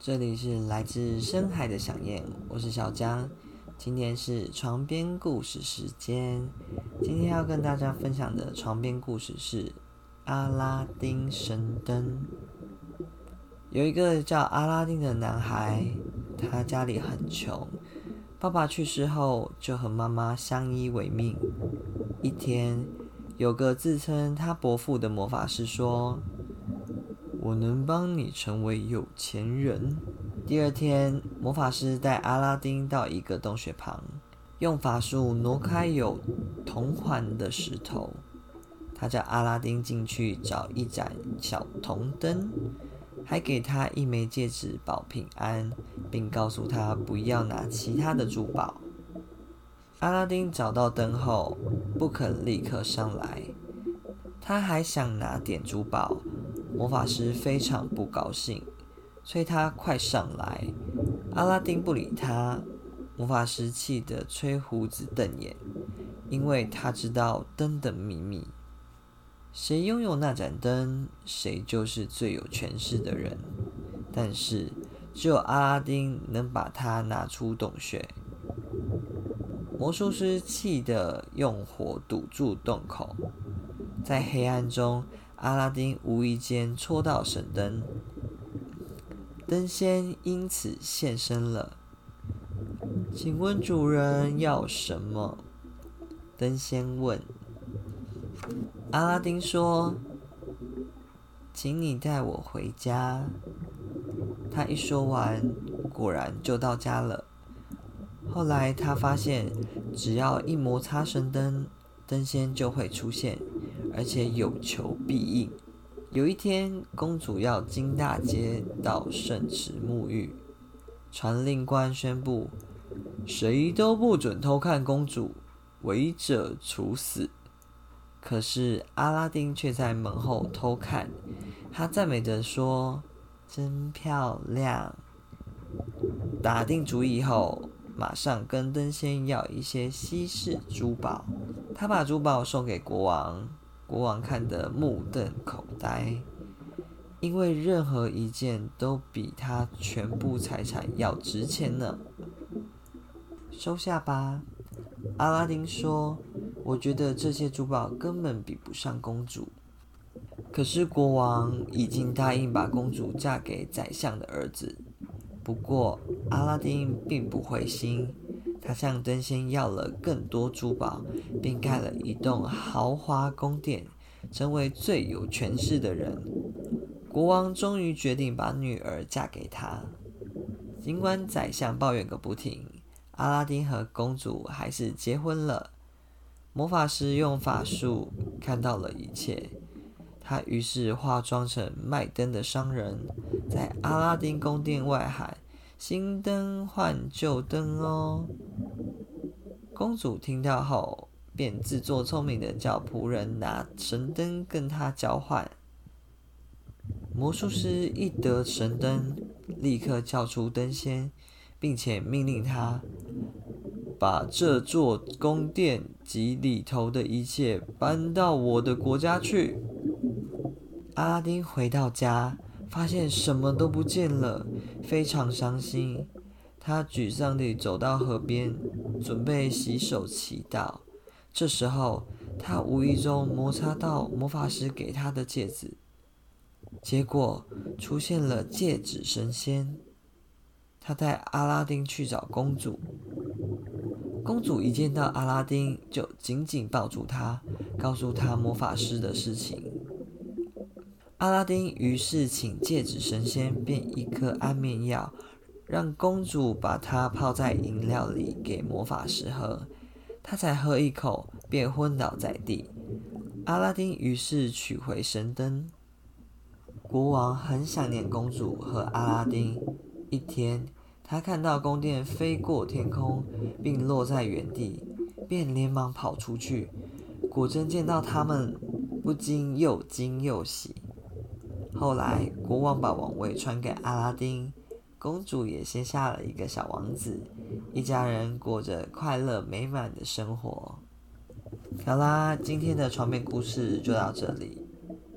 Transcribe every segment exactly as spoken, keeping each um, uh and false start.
这里是来自深海的响燕，我是小江。今天是床边故事时间，今天要跟大家分享的床边故事是阿拉丁神灯。有一个叫阿拉丁的男孩，他家里很穷，爸爸去世后就和妈妈相依为命。一天，有个自称他伯父的魔法师说，我能帮你成为有钱人。第二天，魔法师带阿拉丁到一个洞穴旁，用法术挪开有铜环的石头。他叫阿拉丁进去找一盏小铜灯，还给他一枚戒指保平安，并告诉他不要拿其他的珠宝。阿拉丁找到灯后，不肯立刻上来，他还想拿点珠宝。魔法师非常不高兴，催他快上来。阿拉丁不理他，魔法师气得吹胡子瞪眼，因为他知道灯的秘密。谁拥有那盏灯，谁就是最有权势的人。但是只有阿拉丁能把它拿出洞穴。魔术师气得用火堵住洞口，在黑暗中，阿拉丁无意间戳到神灯，灯仙因此现身了。请问主人要什么？灯仙问。阿拉丁说，请你带我回家。他一说完，果然就到家了。后来他发现，只要一摩擦神灯，灯仙就会出现，而且有求必应。有一天，公主要经大街到圣池沐浴，传令官宣布，谁都不准偷看公主，违者处死。可是阿拉丁却在门后偷看，他赞美着说，真漂亮。打定主意后，马上跟灯仙要一些稀世珠宝。他把珠宝送给国王，国王看得目瞪口呆，因为任何一件都比他全部财产要值钱呢。收下吧，阿拉丁说，我觉得这些珠宝根本比不上公主。可是国王已经答应把公主嫁给宰相的儿子。不过阿拉丁并不灰心，他向灯仙要了更多珠宝，并盖了一栋豪华宫殿，成为最有权势的人。国王终于决定把女儿嫁给他。尽管宰相抱怨个不停，阿拉丁和公主还是结婚了。魔法师用法术看到了一切，他于是化妆成卖灯的商人，在阿拉丁宫殿外喊，新灯换旧灯哦。公主听到后，便自作聪明的叫仆人拿神灯跟她交换。魔术师一得神灯，立刻叫出灯仙，并且命令他把这座宫殿及里头的一切搬到我的国家去。阿拉丁回到家，发现什么都不见了，非常伤心。他沮丧地走到河边，准备洗手祈祷。这时候，他无意中摩擦到魔法师给他的戒指，结果出现了戒指神仙。他带阿拉丁去找公主。公主一见到阿拉丁，就紧紧抱住他，告诉他魔法师的事情。阿拉丁于是请戒指神仙变一颗安眠药，让公主把它泡在饮料里给魔法师喝。他才喝一口，便昏倒在地。阿拉丁于是取回神灯。国王很想念公主和阿拉丁。一天，他看到宫殿飞过天空，并落在原地，便连忙跑出去。果真见到他们，不禁又惊又喜。后来，国王把王位传给阿拉丁，公主也生下了一个小王子，一家人过着快乐美满的生活。好啦，今天的床边故事就到这里。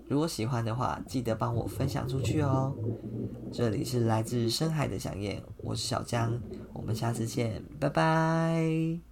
如果喜欢的话，记得帮我分享出去哦。这里是来自深海的响燕，我是小江，我们下次见，拜拜。